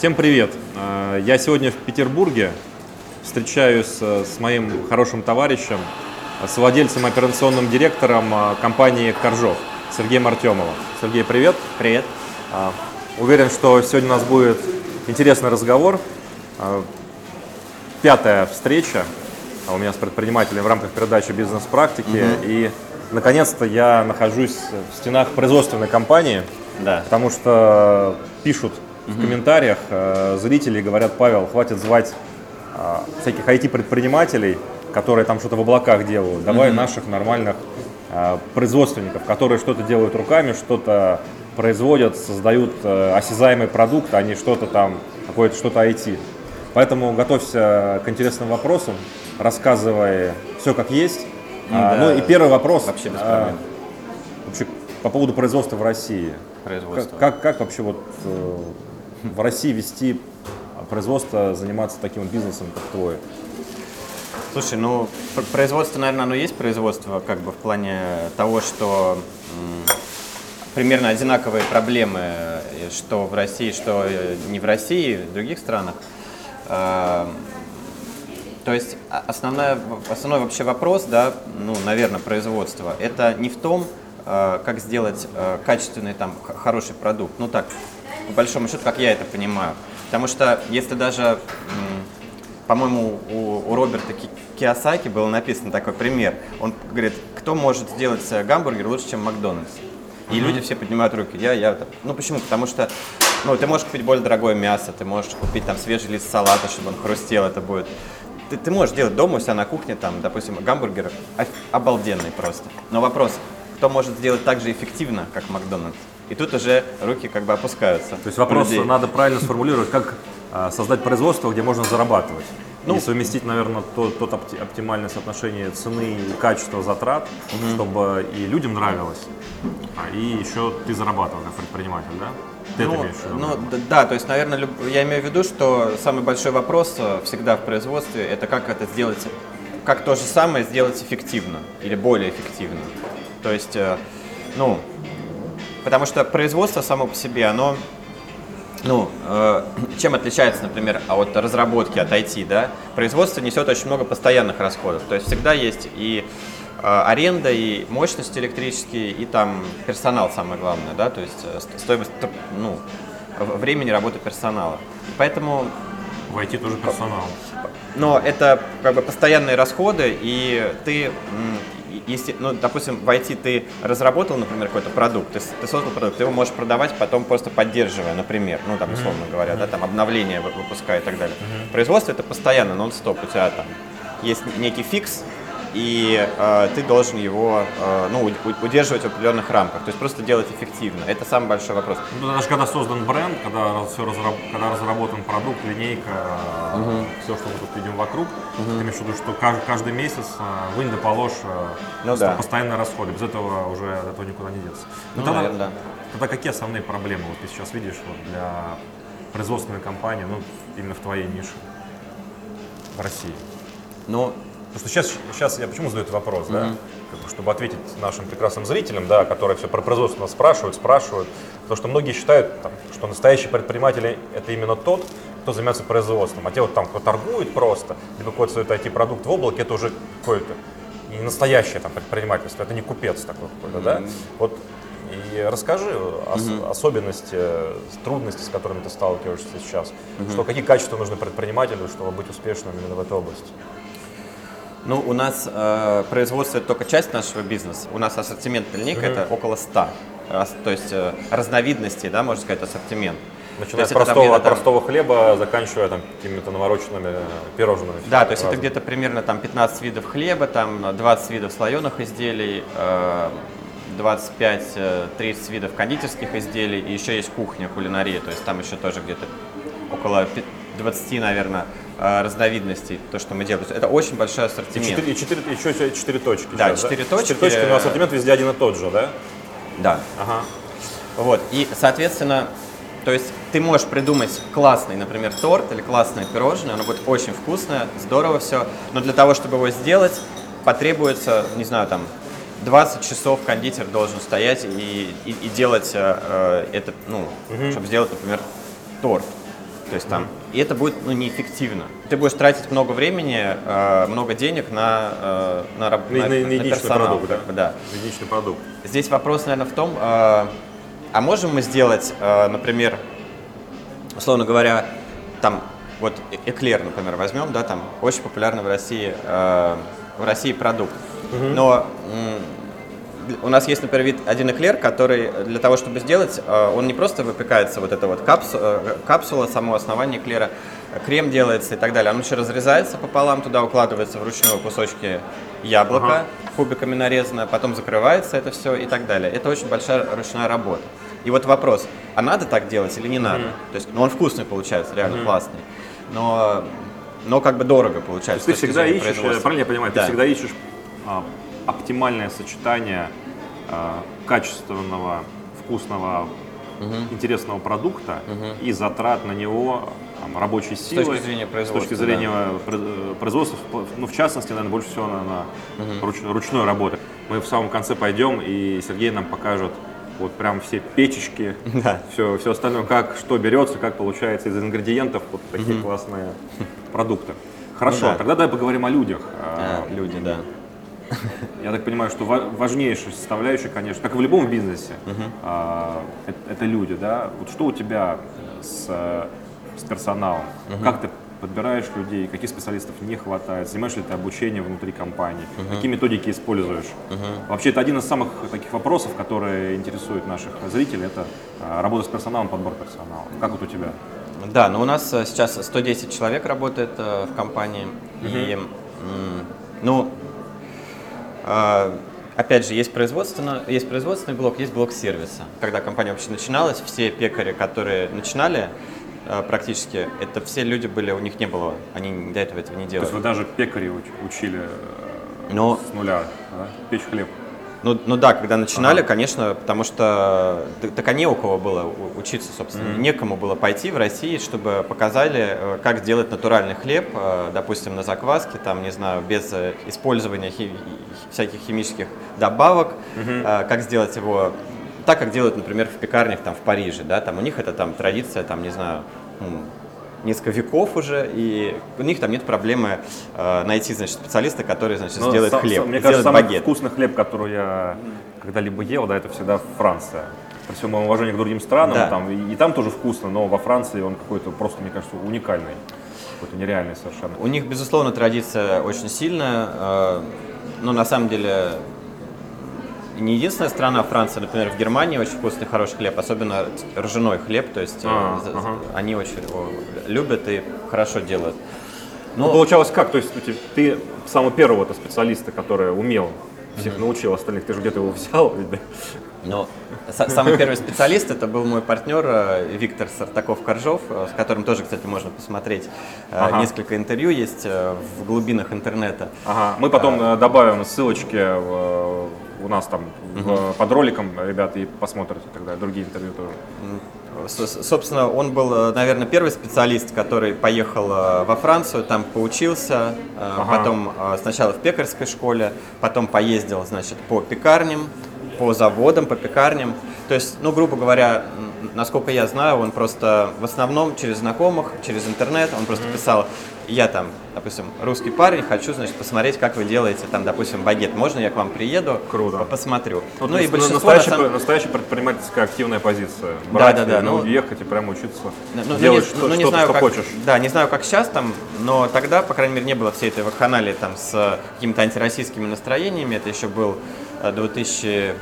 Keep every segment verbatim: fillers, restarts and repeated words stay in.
Всем привет! Я сегодня в Петербурге встречаюсь с моим хорошим товарищем, с владельцем, операционным директором компании Коржов Сергеем Артемовым. Сергей, привет! Привет! Уверен, что сегодня у нас будет интересный разговор. Пятая встреча у меня с предпринимателем в рамках передачи «Бизнес-практики». Угу. И, наконец-то, я нахожусь в стенах производственной компании, да. Потому что пишут в угу. комментариях э, зрители, говорят: Павел, хватит звать э, всяких ай ти-предпринимателей, которые там что-то в облаках делают. Давай угу. наших нормальных э, производственников, которые что-то делают руками, что-то производят, создают э, осязаемый продукт, а не что-то там, какое-то что-то ай ти. Поэтому готовься к интересным вопросам, рассказывай все как есть. Ну, а, да, ну и первый вопрос вообще без а, вообще, по поводу производства в России. Производство. Как, как, как вообще вот э, в России вести производство, заниматься таким бизнесом, как твой? Слушай, ну производство, наверное, оно есть производство, как бы в плане того, что м, примерно одинаковые проблемы, что в России, что не в России, в других странах. То есть основная, основной вообще вопрос, да, ну, наверное, производства, это не в том, как сделать качественный, там, хороший продукт. Ну так, по большому счету, как я это понимаю. Потому что если даже, по-моему, у, у Роберта Кийосаки был написан такой пример. Он говорит, кто может сделать гамбургер лучше, чем Макдональдс? И mm-hmm. люди все поднимают руки. Я, я, ну почему? Потому что ну, ты можешь купить более дорогое мясо, ты можешь купить там свежий лист салата, чтобы он хрустел, это будет. Ты, ты можешь делать дома у себя на кухне, там, допустим, гамбургер обалденный просто. Но вопрос, кто может сделать так же эффективно, как Макдональдс? И тут уже руки как бы опускаются. То есть вопрос надо правильно сформулировать, как а, создать производство, где можно зарабатывать. Ну, и совместить, наверное, тот, тот опти, оптимальное соотношение цены и качества затрат, угу. чтобы и людям нравилось, а и еще ты зарабатывал как предприниматель, да? Ты ну, это имеешь в виду? Ну, да, да, то есть, наверное, люб... я имею в виду, что самый большой вопрос всегда в производстве – это как это сделать, как то же самое сделать эффективно или более эффективно. То есть, ну, потому что производство само по себе, оно… Ну, э, чем отличается, например, от разработки, от ай ти, да? Производство несет очень много постоянных расходов. То есть всегда есть и э, аренда, и мощности электрические, и там персонал самое главное, да? То есть стоимость, ну, времени работы персонала. Поэтому… В ай ти тоже персонал. Но это как бы постоянные расходы, и ты… Если, ну, допустим, в ай ти ты разработал, например, какой-то продукт, ты, ты создал продукт, ты его можешь продавать потом просто поддерживая, например, ну, там, условно mm-hmm. говоря, да, там, обновления выпуская и так далее. Mm-hmm. Производство – это постоянно, нон-стоп, у тебя там есть некий фикс, и э, ты должен его э, ну, удерживать в определенных рамках, то есть просто делать эффективно. Это самый большой вопрос. Ну, даже когда создан бренд, когда, все разраб... когда разработан продукт, линейка, uh-huh. все, что мы тут видим вокруг, uh-huh. ты имеешь в виду, что каждый, каждый месяц вынь да положь, ну, да. постоянные расходы, без этого уже от этого никуда не деться. Ну, тогда, наверное, да. Тогда какие основные проблемы вот ты сейчас видишь вот, для производственной компании, ну, именно в твоей нише в России? Ну, Потому что сейчас, сейчас я почему задаю этот вопрос, mm-hmm. да? Чтобы ответить нашим прекрасным зрителям, да, которые все про производство нас спрашивают, спрашивают. Потому что многие считают, там, что настоящий предприниматель – это именно тот, кто занимается производством. А те вот там, кто торгует просто, либо какой-то свой ай ти-продукт в облаке, это уже какое-то не настоящее там, предпринимательство, это не купец такой какой-то, mm-hmm. да? Вот и расскажи ос- mm-hmm. особенности, трудности, с которыми ты сталкиваешься сейчас. Mm-hmm. Что, какие качества нужны предпринимателю, чтобы быть успешным именно в этой области? Ну, у нас э, производство – это только часть нашего бизнеса. У нас ассортимент линейка mm-hmm. – это около ста. Раз, то есть э, разновидностей, да, можно сказать, ассортимент. Начиная с простого, там, от там, простого хлеба, заканчивая там, какими-то навороченными пирожными. Да, то есть разными. Это где-то примерно там, пятнадцать видов хлеба, там, двадцать видов слоеных изделий, э, двадцать пять тридцать видов кондитерских изделий, и еще есть кухня, кулинария, то есть там еще тоже где-то около двадцати, наверное, разновидностей, то, что мы делаем. Это очень большой ассортимент. И четыре, еще четыре точки. Да, сейчас, четыре да? точки. четыре точки, но ассортимент везде один и тот же, да? Да. Ага. Вот, и, соответственно, то есть ты можешь придумать классный, например, торт или классное пирожное, оно будет очень вкусное, здорово все, но для того, чтобы его сделать, потребуется, не знаю, там, двадцать часов кондитер должен стоять и, и, и делать э, это, ну, угу. чтобы сделать, например, торт. То есть там, и это будет ну, неэффективно. Ты будешь тратить много времени, э, много денег на, э, на, раб, на, на, на, на персонал. Продукт, как бы, да. На единичный продукт. Здесь вопрос, наверное, в том, э, а можем мы сделать, э, например, условно говоря, там, вот эклер, например, возьмем, да, там, очень популярный в России, э, в России продукт. Угу. Но у нас есть, например, вид один эклер, который для того, чтобы сделать, он не просто выпекается, вот эта вот капсула, капсула, само основание эклера, крем делается и так далее, он еще разрезается пополам, туда укладывается вручную кусочки яблока, ага. кубиками нарезано, потом закрывается это все и так далее. Это очень большая ручная работа. И вот вопрос, а надо так делать или не надо? Mm. То есть, ну, он вкусный получается, реально mm. классный, но, но как бы дорого получается. То есть ты всегда ищешь, правильно я понимаю, да. ты всегда ищешь а, оптимальное сочетание а, качественного, вкусного, угу. интересного продукта угу. и затрат на него там, рабочей силы. С точки зрения производства. С точки зрения да. производства, ну, в частности, наверное, больше всего на, на угу. руч, ручной работы. Мы в самом конце пойдем, и Сергей нам покажет вот прям все печечки, да. все, все остальное, как, что берется, как получается из ингредиентов вот такие угу. классные продукты. Хорошо, ну, да. тогда давай поговорим о людях. А, люди, да. Я так понимаю, что важнейшая составляющая, конечно, как и в любом бизнесе, uh-huh. это, это люди, да. Вот что у тебя с, с персоналом? Uh-huh. Как ты подбираешь людей? Каких специалистов не хватает? Занимаешь ли ты обучение внутри компании? Uh-huh. Какие методики используешь? Uh-huh. Вообще, это один из самых таких вопросов, которые интересуют наших зрителей. Это работа с персоналом, подбор персонала. Как вот у тебя? Да, но у нас сейчас сто десять человек работает в компании. Uh-huh. И, ну, опять же, есть, производственно, есть производственный блок, есть блок сервиса. Когда компания вообще начиналась, все пекари, которые начинали практически, это все люди были, у них не было, они до этого этого не делали. То есть вы даже пекари учили Но, с нуля, да? Печь хлеб? Ну, ну да, когда начинали, ага. конечно, потому что так а не у кого было учиться, собственно, mm-hmm. некому было пойти в России, чтобы показали, как сделать натуральный хлеб, допустим, на закваске, там, не знаю, без использования хи- всяких химических добавок, mm-hmm. как сделать его так, как делают, например, в пекарнях там в Париже, да, там у них это там традиция, там, не знаю, несколько веков уже, и у них там нет проблемы э, найти, значит, специалиста, который, значит, Но сделает сам, хлеб, сам, мне сделает кажется, самый багет. Вкусный хлеб, который я когда-либо ел, да, это всегда Франция. При всем моем уважении к другим странам, да. там, и, и там тоже вкусно, но во Франции он какой-то просто, мне кажется, уникальный, какой-то нереальный совершенно. У них, безусловно, традиция очень сильная, э, но на самом деле не единственная страна, Франция, например, в Германии очень вкусный, хороший хлеб, особенно ржаной хлеб, то есть а, э, ага. они очень его любят и хорошо делают. Но ну, получалось как? То есть ты самого первого-то специалиста, который умел, всех mm-hmm. научил, остальных, ты же где-то его взял? Ну, самый первый специалист, это был мой партнер Виктор Сартаков-Коржов, с которым тоже, кстати, можно посмотреть. Ага. Несколько интервью есть в глубинах интернета. Ага. Мы потом а, добавим ссылочки в, у нас там угу. в, под роликом, ребята, и посмотрите тогда другие интервью тоже. Собственно, он был, наверное, первый специалист, который поехал во Францию, там поучился, ага. потом сначала в пекарской школе, потом поездил, значит, по пекарням, по заводам, по пекарням. То есть, ну, грубо говоря, насколько я знаю, он просто в основном через знакомых, через интернет, он просто mm-hmm. писал, я там, допустим, русский парень, хочу, значит, посмотреть, как вы делаете, там, допустим, багет. Можно я к вам приеду? Круто. Посмотрю. Ну, ну и большинство... Настоящая, самом... настоящая предпринимательская активная позиция. Брать, да, да, да, ну, уехать и прямо учиться ну, делать ну, что, ну, не что, знаю, что как, хочешь. Да, не знаю, как сейчас там, но тогда, по крайней мере, не было всей этой вакханалии там с какими-то антироссийскими настроениями. Это еще был две тысячи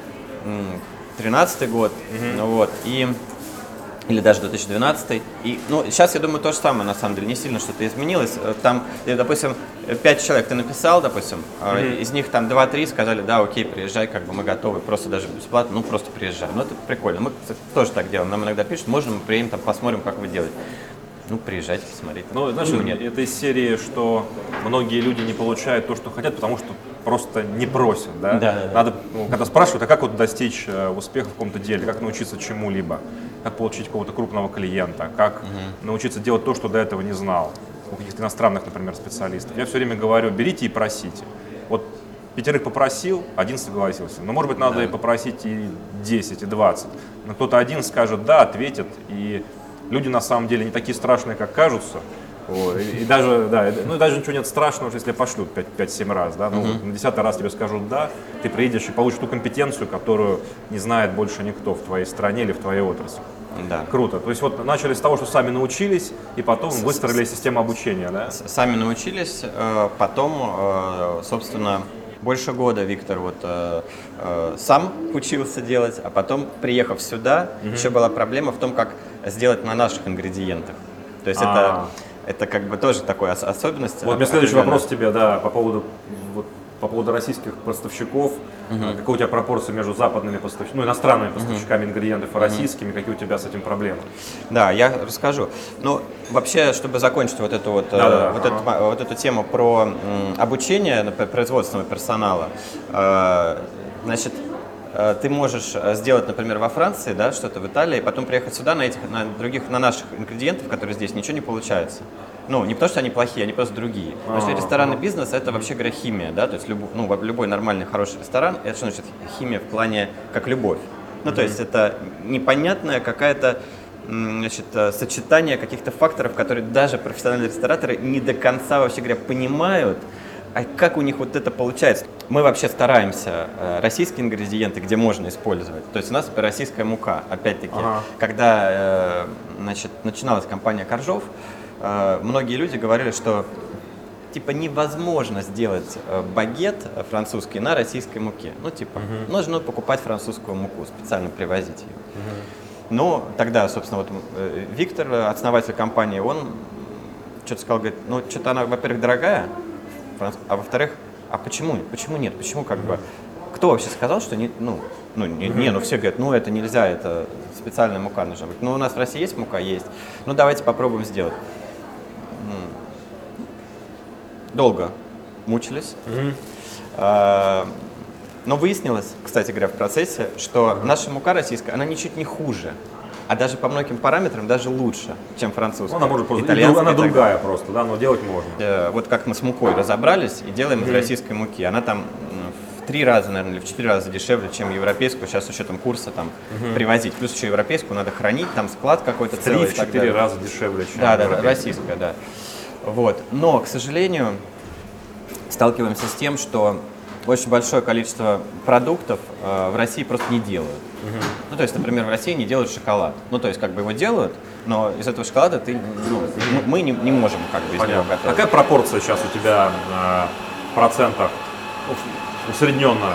тринадцатый год, mm-hmm. ну, вот, и, или даже две тысячи двенадцатый. И, ну, сейчас, я думаю, то же самое, на самом деле, не сильно что-то изменилось. Там, допустим, пять человек ты написал, допустим, mm-hmm. из них там два-три сказали, да, окей, приезжай, как бы мы готовы, просто даже бесплатно, ну, просто приезжай. Ну, это прикольно. Мы, кстати, тоже так делаем. Нам иногда пишут, можно мы приедем, там, посмотрим, как вы делаете. Ну, приезжайте, посмотрите. Ну, знаешь, нет? Это из серии, что многие люди не получают то, что хотят, потому что просто не просят, да? Да, да, Надо, ну, когда спрашивают, а как вот достичь э, успеха в каком-то деле, как научиться чему-либо, как получить какого-то крупного клиента, как угу. научиться делать то, что до этого не знал, у каких-то иностранных, например, специалистов. Я все время говорю, берите и просите. Вот пятерых попросил, один согласился. Но, может быть, надо да. и попросить и десять, и двадцать. Но кто-то один скажет «да», ответит, и люди на самом деле не такие страшные, как кажутся. Вот. И, и даже, да, ну и даже ничего нет страшного, если пошлют пять-семь раз, да, ну, uh-huh. на десятый раз тебе скажут «да», ты приедешь и получишь ту компетенцию, которую не знает больше никто в твоей стране или в твоей отрасли. Да. Круто. То есть вот начали с того, что сами научились, и потом с, выстроили с, систему обучения, да? Сами научились, потом, собственно, больше года Виктор вот сам учился делать, а потом, приехав сюда, uh-huh. еще была проблема в том, как сделать на наших ингредиентах. То есть это... Это как бы тоже такая особенность. Вот у меня следующий вопрос тебе, да, по поводу, вот, по поводу российских поставщиков. Uh-huh. Какая у тебя пропорция между западными поставщиками, ну, иностранными поставщиками uh-huh. ингредиентов и российскими, uh-huh. какие у тебя с этим проблемы? Да, я расскажу. Ну, вообще, чтобы закончить вот эту, вот, да, да, вот, ага. эту, вот эту тему про м, обучение производственного персонала, э, значит, ты можешь сделать, например, во Франции, да, что-то в Италии, потом приехать сюда на этих, на других, на наших ингредиентах, которые здесь, ничего не получается. Ну, не потому что они плохие, они просто другие. Потому что ресторанный бизнес — это вообще говоря химия, да, то есть любой, ну, любой нормальный хороший ресторан — это что значит химия в плане как любовь. Ну, то есть это непонятная какая-то, значит, сочетание каких-то факторов, которые даже профессиональные рестораторы не до конца, вообще говоря, понимают, а как у них вот это получается. Мы вообще стараемся российские ингредиенты, где можно использовать. То есть у нас российская мука, опять-таки. Ага. Когда, значит, начиналась компания Коржов, многие люди говорили, что типа невозможно сделать багет французский на российской муке. Ну, типа, угу. нужно покупать французскую муку, специально привозить ее. Угу. Но тогда, собственно, вот Виктор, основатель компании, он что-то сказал, говорит, ну, что-то она, во-первых, дорогая, а во-вторых, а почему? Почему нет? Почему как бы? Кто вообще сказал, что не, ну, ну не, не, ну все говорят, ну это нельзя, это специальная мука нужна быть. Ну у нас в России есть мука, есть. Ну давайте попробуем сделать. Долго мучились, mm-hmm. а, но выяснилось, кстати говоря, в процессе, что mm-hmm. наша мука российская, она ничуть не хуже. А даже по многим параметрам даже лучше, чем французская. Ну, она может просто, итальянская, она другая просто, да, но делать можно. Э, вот как мы с мукой разобрались и делаем mm-hmm. из российской муки. Она там в три раза, наверное, или в четыре раза дешевле, чем европейскую. Сейчас с учетом курса там mm-hmm. привозить. Плюс еще европейскую надо хранить, там склад какой-то целый. В три-четыре раза дешевле, чем да, да, российская, да. Вот. Но, к сожалению, сталкиваемся с тем, что очень большое количество продуктов э, в России просто не делают. Uh-huh. Ну, то есть, например, в России не делают шоколад. Ну, то есть, как бы его делают, но из этого шоколада ты, ну, uh-huh. мы не, не можем как бы из него готовить. Какая пропорция сейчас у тебя э, в процентах усредненно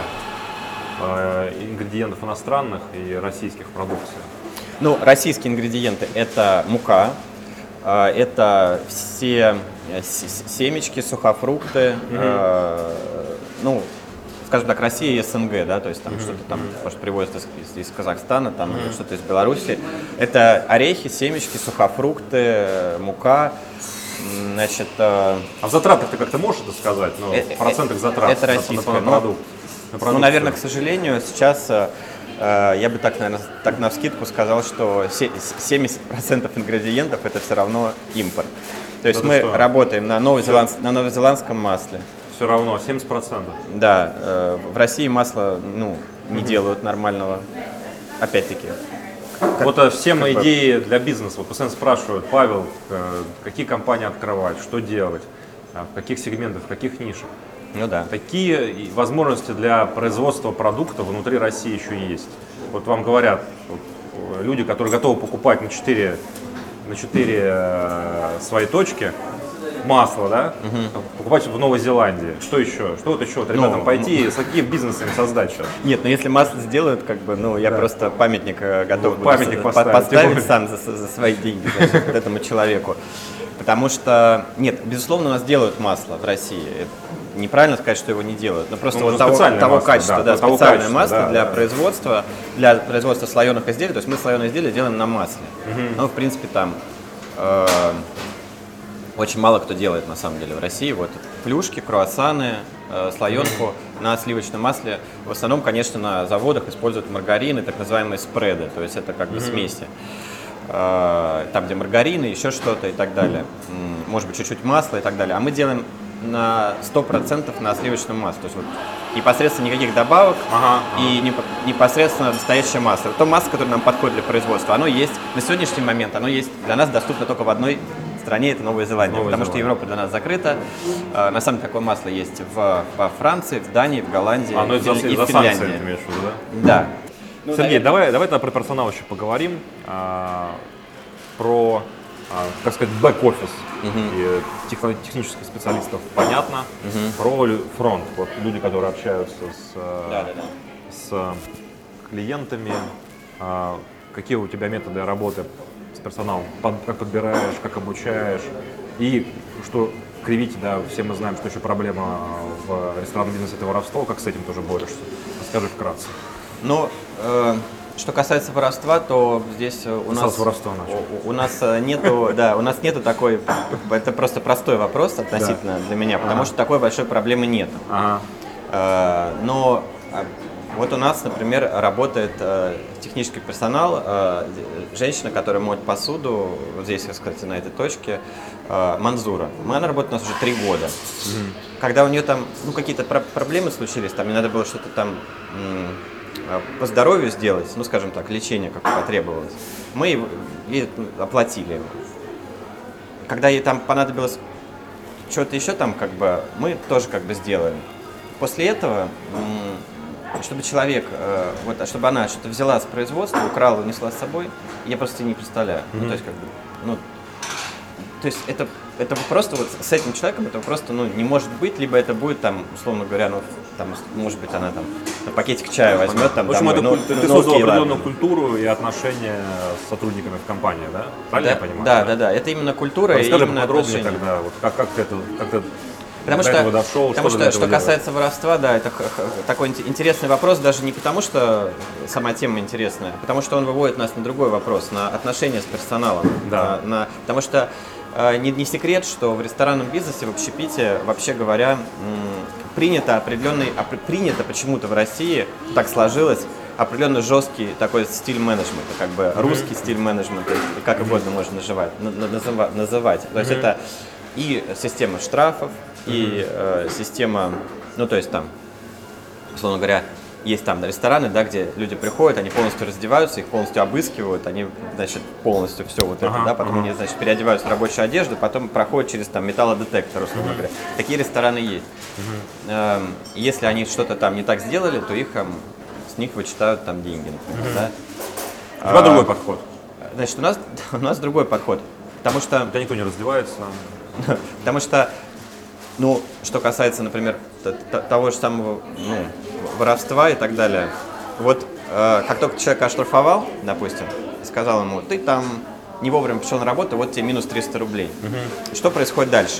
э, ингредиентов иностранных и российских продукций? Ну, российские ингредиенты – это мука, э, это все семечки, сухофрукты, uh-huh. э, ну, скажем так, Россия и СНГ, да, то есть там mm-hmm. что-то там, может, привозят из, из, из Казахстана, там mm-hmm. что-то из Беларуси. Это орехи, семечки, сухофрукты, мука, значит... Э... А в затратах ты как-то можешь это сказать? Ну, в процентах затрат это российское, на, на, продукт, на Ну, наверное, к сожалению, сейчас э, я бы так, наверное, так навскидку сказал, что семьдесят процентов ингредиентов это все равно импорт. То есть это мы что? работаем на, новозеландс, на новозеландском масле. Все равно, семьдесят процентов. Да, э, в России масло, ну, не mm-hmm. делают нормального, опять-таки. Как, вот а все мои идеи для бизнеса, вот постоянно спрашивают, Павел, э, какие компании открывать, что делать, э, в каких сегментах, в каких нишах. Ну да. Такие возможности для производства продукта внутри России еще есть. Вот вам говорят, вот, люди, которые готовы покупать на четыре, на четыре э, свои точки, масло, да, угу. покупать в Новой Зеландии. Что еще? Что вот еще вот ребятам ну, пойти, с каким бизнесом создать сейчас? Нет, ну если масло сделают, как бы, ну я да. просто памятник готов вот, памятник поставить, поставить сам за, за свои деньги значит, вот этому человеку. Потому что, нет, безусловно, у нас делают масло в России. Неправильно сказать, что его не делают. Но просто ну, вот того, того масло, качества, да, да, того специальное качества, масло да, для да. производства, для производства слоеных изделий. То есть мы слоеные изделия делаем на масле. Угу. Ну, в принципе, там э, очень мало кто делает, на самом деле, в России. Вот плюшки, круассаны, э, слоенку на сливочном масле. В основном, конечно, на заводах используют маргарины, так называемые спреды. То есть это как бы угу. смеси. Э, там, где маргарины, еще что-то и так далее. Может быть, чуть-чуть масла и так далее. А мы делаем на сто процентов на сливочном масле. То есть вот непосредственно никаких добавок Ага, и неп- непосредственно настоящее масло. То масло, которое нам подходит для производства, оно есть на сегодняшний момент, оно есть для нас доступно только в одной стране, это Новая Зеландия, Новая потому Зеландия. что Европа для нас закрыта. А, на самом деле такое масло есть в, во Франции, в Дании, в Голландии А, ну это Фин- за, и за в санкции Финляндии. ты имеешь в виду, да? Да. Ну, Сергей, наверное, давай, давай тогда про персонал еще поговорим, а, про, а, так сказать, бэк-офис и техно- технических специалистов, понятно, про лю- фронт, вот люди, которые общаются с, а, Да, да, да. с клиентами, а, какие у тебя методы работы с персоналом, Под- как подбираешь, как обучаешь, и что кривить, да, все мы знаем, что еще проблема в ресторанном бизнесе — это воровство, как с этим тоже борешься? Расскажи вкратце. Ну, э, что касается воровства, то здесь э, у Ты нас с воровства начал. у, у нас э, нету, да, у нас нету такой, это просто простой вопрос относительно для меня, потому Ага. что такой большой проблемы нет. Ага. Э, Но э, вот у нас, например, работает э, технический персонал, э, женщина, которая моет посуду, вот здесь, кстати, на этой точке, э, Манзура. Мы- Она работает у нас уже три года. Когда у нее там ну, какие-то про- проблемы случились, там ей надо было что-то там м, э, по здоровью сделать, ну, скажем так, лечение как потребовалось, мы ей- ей оплатили его. Когда ей там понадобилось что-то еще там, как бы, мы тоже как бы сделаем. После этого, м, чтобы человек, э, вот, а чтобы она что-то взяла с производства, украла, унесла с собой, я просто себе не представляю. Ну, то есть, как бы, ну, то есть это, это просто вот с этим человеком это просто, ну, не может быть, либо это будет там, условно говоря, ну, там, может быть, она там пакетик чая возьмет там В общем, домой, это, ну, куль- ты, ну, ты ну, создал окей, определенную ладно. культуру и отношения с сотрудниками в компании, да? Правильно я Да, понимаю? да, да, да, это именно культура и Расскажи именно поподробнее отношения. тогда, вот, как, как ты, это, как ты Потому до что, этого дошел, потому что, что, ты для что этого делаешь? касается воровства, да, это х- х- такой ин- интересный вопрос, даже не потому, что сама тема интересная, а потому что он выводит нас на другой вопрос, на отношения с персоналом. Да. На, на- потому что э, не, не секрет, что в ресторанном бизнесе, в общепите, вообще говоря, м, принято определенный, опре- принято почему-то в России, так сложилось, определенный жесткий такой стиль менеджмента, как бы русский стиль менеджмента, как угодно можно называть. на- на- называ- называть. То есть это и система штрафов, и э, система, ну то есть там, условно говоря, есть там рестораны, да, где люди приходят, они полностью раздеваются, их полностью обыскивают, они, значит, полностью все вот это, Ага, да, потом ага. они, значит, переодеваются в рабочую одежду, потом проходят через там металлодетектор, условно говоря. Такие рестораны есть. Эм, если они что-то там не так сделали, то их эм, с них вычитают там деньги, например, да. У тебя А, другой подход. Значит, у нас, у нас другой подход, потому что У тебя никто не раздевается. Потому что, ну, что касается, например, т- т- того же самого ну, воровства и так далее, вот э, как только человек оштрафовал, допустим, сказал ему, ты там не вовремя пришел на работу, вот тебе минус триста рублей. Что происходит дальше?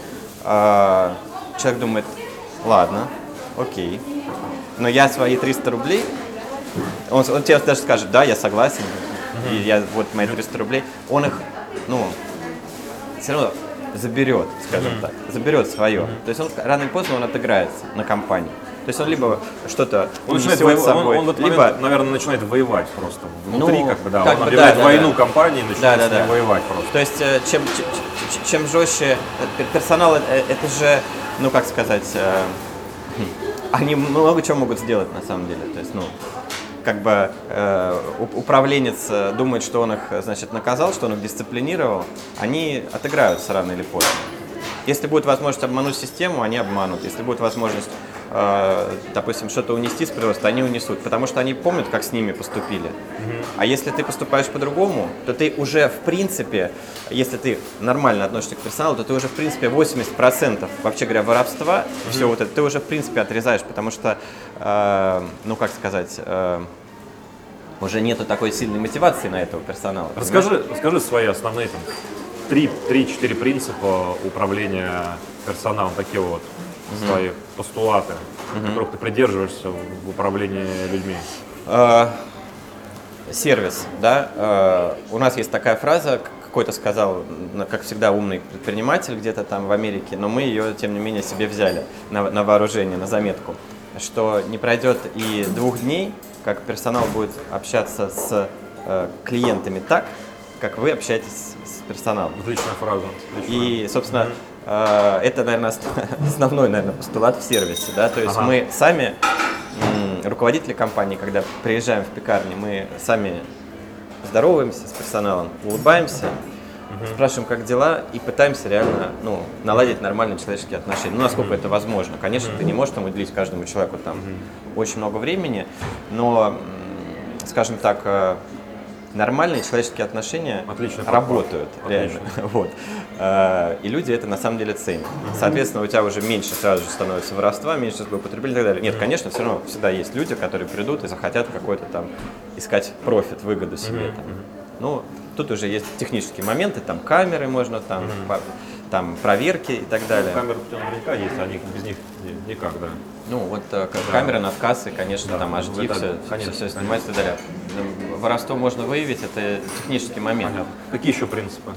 Э, человек думает, ладно, окей, но я свои триста рублей, он, он тебе даже скажет, да, я согласен, и я, вот мои триста рублей, он их, ну, все равно заберет, скажем так, заберет свое. То есть он рано или поздно он отыграется на компании. То есть он либо что-то Он, начинает унесет воев- с собой, он, он в этот либо момент, наверное, начинает воевать просто. Внутри, Ну, как бы, да. как он бы, объявляет да, да, войну да. компании и начинает Да, да, с ней да. воевать просто. То есть э, чем, чем, чем- чем жестче э, пер- персонал, э, это же, ну как сказать, э, они много чего могут сделать на самом деле. То есть, ну, как бы э, уп- управленец э, думает, что он их, значит, наказал, что он их дисциплинировал, они отыграются рано или поздно. Если будет возможность обмануть систему, они обманут. Если будет возможность, э, допустим, что-то унести с производства, они унесут, потому что они помнят, как с ними поступили. А если ты поступаешь по-другому, то ты уже, в принципе, если ты нормально относишься к персоналу, то ты уже, в принципе, восемьдесят процентов, вообще говоря, воровства, и все вот это, ты уже, в принципе, отрезаешь, потому что, э, ну, как сказать, э, уже нету такой сильной мотивации на этого персонала. Расскажи, расскажи свои основные там, три, три-четыре принципа управления персоналом, такие вот свои постулаты, которых ты придерживаешься в управлении людьми. Э, Сервис, да. Э, У нас есть такая фраза, к- какой-то сказал, м, как всегда, умный предприниматель где-то там в Америке, но мы ее, тем не менее, себе взяли на, на вооружение, на заметку, что не пройдет и двух дней, как персонал будет общаться с э, клиентами так, как вы общаетесь с персоналом. Отличная фраза. Отличная. И, собственно, mm-hmm. это, наверное, основной, наверное, постулат в сервисе, да, то есть ага. мы сами, руководители компании, когда приезжаем в пекарни, мы сами здороваемся с персоналом, улыбаемся, uh-huh. спрашиваем, как дела, и пытаемся реально ну, наладить нормальные человеческие отношения. Ну, насколько uh-huh. это возможно. Конечно, uh-huh. ты не можешь там уделить каждому человеку там uh-huh. очень много времени, но, скажем так, нормальные человеческие отношения Отлично, работают реально. Вот. И люди это на самом деле ценят. Uh-huh. Соответственно, у тебя уже меньше сразу же становится воровства, меньше злоупотребления и так далее. Нет, uh-huh. конечно, все равно всегда есть люди, которые придут и захотят какой-то там искать профит, выгоду себе. Uh-huh. Там. Ну, тут уже есть технические моменты, там камеры можно, там, uh-huh. по, там проверки и так далее. Ну, камеры наверняка есть, они без них никак, да. Ну, вот да. камеры над кассой, конечно, да. там эйч ди, все, конечно, все, все снимается и так далее. Воровство можно выявить, это технический момент. Понятно. Какие еще принципы?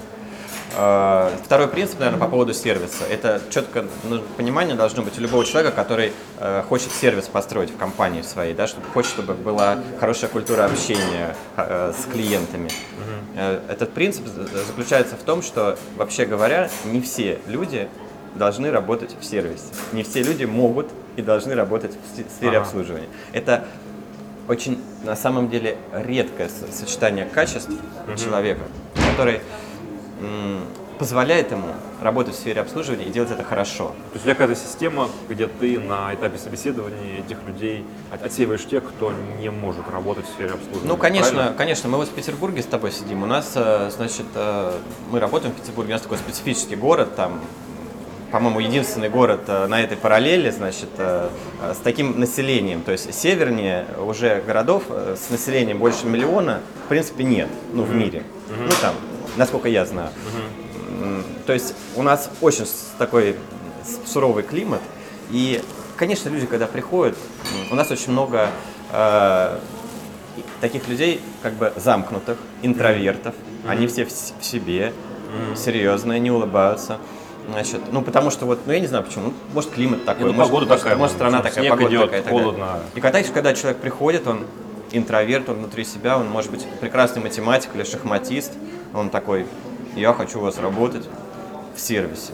Второй принцип, наверное, по поводу сервиса. Это четко ну, понимание должно быть у любого человека, который э, хочет сервис построить в компании своей, да, чтобы хочет, чтобы была хорошая культура общения э, с клиентами. Uh-huh. Э, этот принцип заключается в том, что, вообще говоря, не все люди должны работать в сервисе. Не все люди могут и должны работать в сфере uh-huh. обслуживания. Это очень, на самом деле, редкое сочетание качеств uh-huh. человека, который позволяет ему работать в сфере обслуживания и делать это хорошо. То есть у тебя какая-то система, где ты на этапе собеседования этих людей отсеиваешь тех, кто не может работать в сфере обслуживания? Ну, конечно, правильно? конечно. Мы вот в Петербурге с тобой сидим. У нас, значит, мы работаем в Петербурге, у нас такой специфический город, там, по-моему, единственный город на этой параллели, значит, с таким населением. То есть севернее уже городов с населением больше миллиона, в принципе, нет, ну, в мире. Mm-hmm. Ну, там, насколько я знаю. Uh-huh. То есть у нас очень такой суровый климат. И, конечно, люди, когда приходят, у нас очень много э, таких людей, как бы замкнутых, интровертов. Uh-huh. Они все в, в себе, uh-huh. серьезные, не улыбаются. Значит, ну, потому что вот, ну, я не знаю почему, может, климат такой, ну, может, погода может, такая, может, страна такая, снег погода идет, такая. холодно. И когда, когда человек приходит, он интроверт, он внутри себя, он может быть прекрасный математик или шахматист, он такой, я хочу у вас работать в сервисе.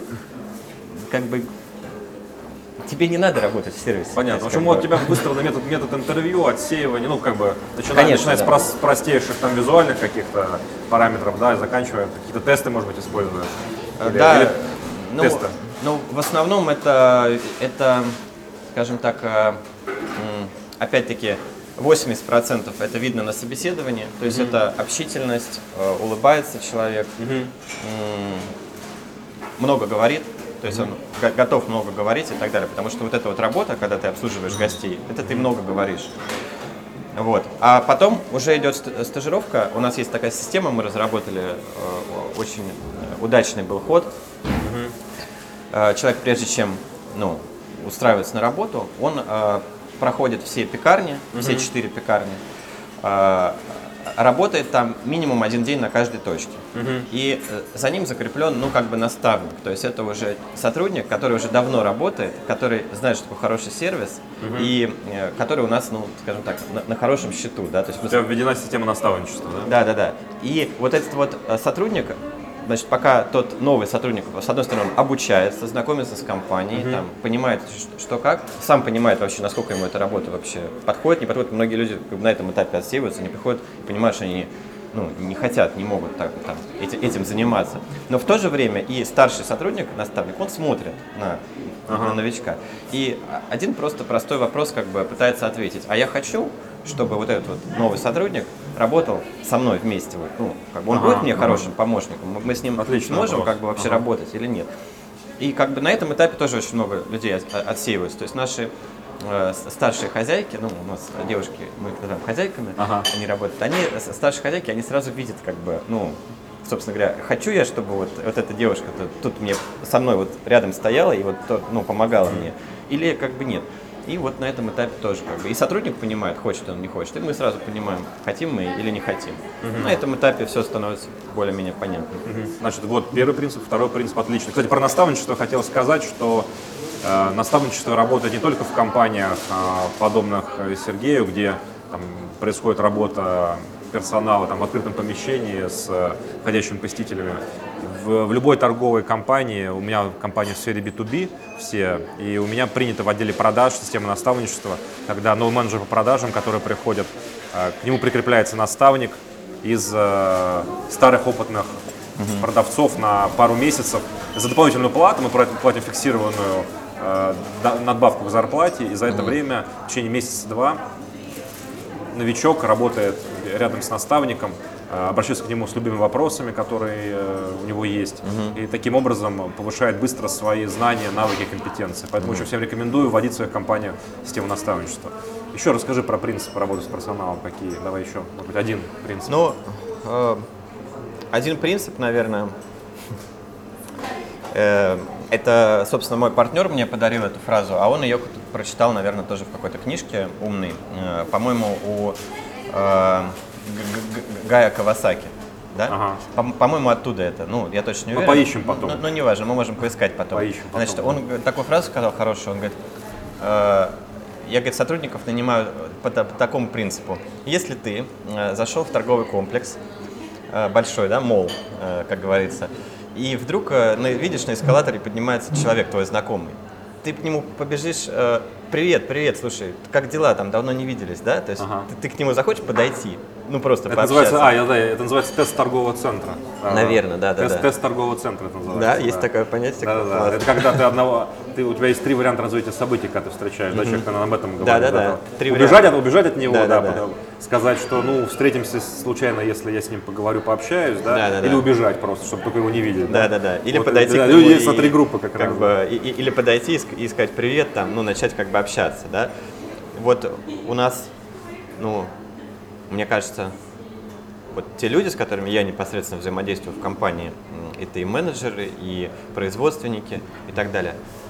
Как бы тебе не надо работать в сервисе. Понятно. Почему бы... у тебя выстроен метод, метод интервью, отсеивания, ну, как бы, начиная, Конечно, начиная да. с прос, простейших там визуальных каких-то параметров, да, и заканчивая какие-то тесты, может быть, используешь? Или, да, или ну, тесты? Ну, в основном это, это, скажем так, опять-таки, восемьдесят процентов это видно на собеседовании, то есть mm-hmm. это общительность, улыбается человек, mm-hmm. много говорит, то есть mm-hmm. он готов много говорить и так далее, потому что вот эта вот работа, когда ты обслуживаешь mm-hmm. гостей, это ты много говоришь. Вот. А потом уже идет стажировка, у нас есть такая система, мы разработали, очень удачный был ход. Mm-hmm. Человек, прежде чем ну, устраивается на работу, он проходит все пекарни, mm-hmm. все четыре пекарни, э, работает там минимум один день на каждой точке. Mm-hmm. И э, за ним закреплен, ну, как бы наставник. То есть это уже сотрудник, который уже давно работает, который знает, что такое хороший сервис, mm-hmm. и э, который у нас, ну, скажем так, на, на хорошем счету. Да? То есть, у тебя введена система наставничества, да? Да, да, да. И вот этот вот сотрудник, значит, пока тот новый сотрудник, с одной стороны, он обучается, знакомится с компанией, uh-huh. там, понимает, что, что как, сам понимает вообще, насколько ему эта работа вообще подходит, не подходит. Многие люди как бы, на этом этапе отсеиваются, не приходят и понимают, что они ну, не хотят, не могут так, там, этим, этим заниматься. Но в то же время и старший сотрудник, наставник, он смотрит на, uh-huh. на новичка. И один просто простой вопрос как бы пытается ответить. А я хочу, чтобы вот этот вот новый сотрудник работал со мной вместе. Вот, ну, как бы он ага, будет мне ага. хорошим помощником, мы с ним Отличный сможем вопрос. как бы вообще ага. работать или нет. И как бы на этом этапе тоже очень много людей отсеиваются. То есть наши э, старшие хозяйки, ну у нас девушки, мы их называем хозяйками, ага. они работают, они, старшие хозяйки, они сразу видят как бы, ну, собственно говоря, хочу я, чтобы вот, вот эта девушка тут мне со мной вот рядом стояла и вот ну, помогала мне, или как бы нет. И вот на этом этапе тоже как бы и сотрудник понимает, хочет он, не хочет, и мы сразу понимаем, хотим мы или не хотим. Uh-huh. На этом этапе все становится более-менее понятно. Uh-huh. Значит, вот первый принцип, второй принцип отлично. Кстати, про наставничество хотел сказать, что э, наставничество работает не только в компаниях, э, подобных Сергею, где там происходит работа персонала там, в открытом помещении с входящими посетителями. В, в любой торговой компании, у меня компания в сфере би ту би все, и у меня принято в отделе продаж система наставничества, когда новый менеджер по продажам, который приходит, к нему прикрепляется наставник из э, старых опытных uh-huh. продавцов на пару месяцев. За дополнительную плату мы платим фиксированную э, надбавку к зарплате, и за это uh-huh. время в течение месяца-два новичок работает рядом с наставником, э, обращается к нему с любыми вопросами, которые э, у него есть, uh-huh. и таким образом повышает быстро свои знания, навыки, компетенции. Поэтому uh-huh. очень всем рекомендую вводить в своих компаниях систему наставничества. Еще расскажи про принципы работы с персоналом, какие. Давай еще, может быть, один принцип. Ну, э, один принцип, наверное, э, это, собственно, мой партнер мне подарил эту фразу, а он ее прочитал, наверное, тоже в какой-то книжке умной, э, по-моему, у э, Гая Кавасаки. Да? Ага. По- по-моему, оттуда это. Ну, я точно не уверен. Мы поищем потом. Ну, ну, не важно, мы можем поискать потом. Поищем потом. Значит, он такую фразу сказал хорошую, он говорит, э, я, говорит, сотрудников нанимаю по, по такому принципу. Если ты э, зашел в торговый комплекс, э, большой, да, молл, э, как говорится, и вдруг э, на, видишь, на эскалаторе поднимается человек, твой знакомый, ты к нему побежишь, э, привет, привет, слушай, как дела, там, давно не виделись, да? То есть ага. ты, ты к нему захочешь подойти, ну просто это пообщаться. Называется, а, я, да, это называется тест торгового центра. Наверное, да, да, тест, да. Тест торгового центра это называется. Да, да. есть такое понятие. Да, да, да. Это когда ты одного, ты, у тебя есть три варианта развития событий, когда ты встречаешь, mm-hmm. да, человек, наверное, об этом говорит. Да, да, да. да. Убежать, от, убежать от него, да, да, да, да. Сказать, что, ну, встретимся случайно, если я с ним поговорю, пообщаюсь, да, да, да или да. убежать просто, чтобы только его не видеть. Да, да, да. да. Или вот, подойти да, к нему есть и, на три группы как, как раз. Бы, и, или подойти и сказать привет, там, ну, начать как бы общаться, да. Вот у нас, ну, мне кажется, вот те люди, с которыми я непосредственно взаимодействую в компании, это и менеджеры, и производственники, и так далее.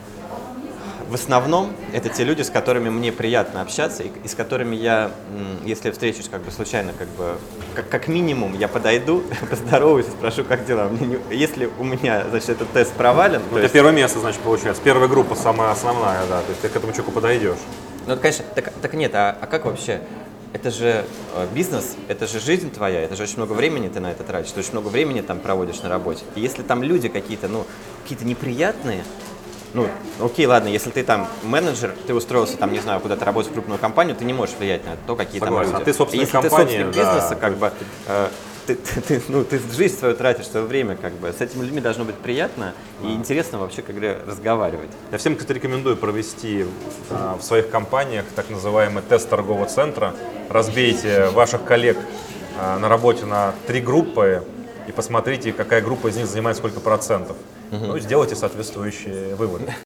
В основном это те люди, с которыми мне приятно общаться, и, и с которыми я, если встречусь как бы случайно, как бы, как, как минимум, я подойду, поздороваюсь и спрошу, как дела. Мне не, если у меня, значит, этот тест провален… Ну, это есть... первое место, значит, получается. Первая группа самая основная, да, то есть ты к этому человеку подойдешь. Ну, конечно, так, так нет, а, а как вообще? Это же э, бизнес, это же жизнь твоя, это же очень много времени ты на это тратишь, ты очень много времени там проводишь на работе. И если там люди какие-то, ну, какие-то неприятные, ну, окей, ладно, если ты там менеджер, ты устроился там, не знаю, куда-то работать в крупную компанию, ты не можешь влиять на то, какие Согласен. Там люди. А ты собственник если компании, ты собственник да, бизнеса, как бы, э, ты, ты, ты, ну, ты жизнь свою тратишь, свое время, как бы, с этими людьми должно быть приятно и интересно вообще, как бы, разговаривать. Я всем, кстати, рекомендую провести а, в своих компаниях так называемый тест торгового центра. Разбейте ваших коллег а, на работе на три группы и посмотрите, какая группа из них занимает сколько процентов. Угу. Ну и сделайте соответствующие выводы.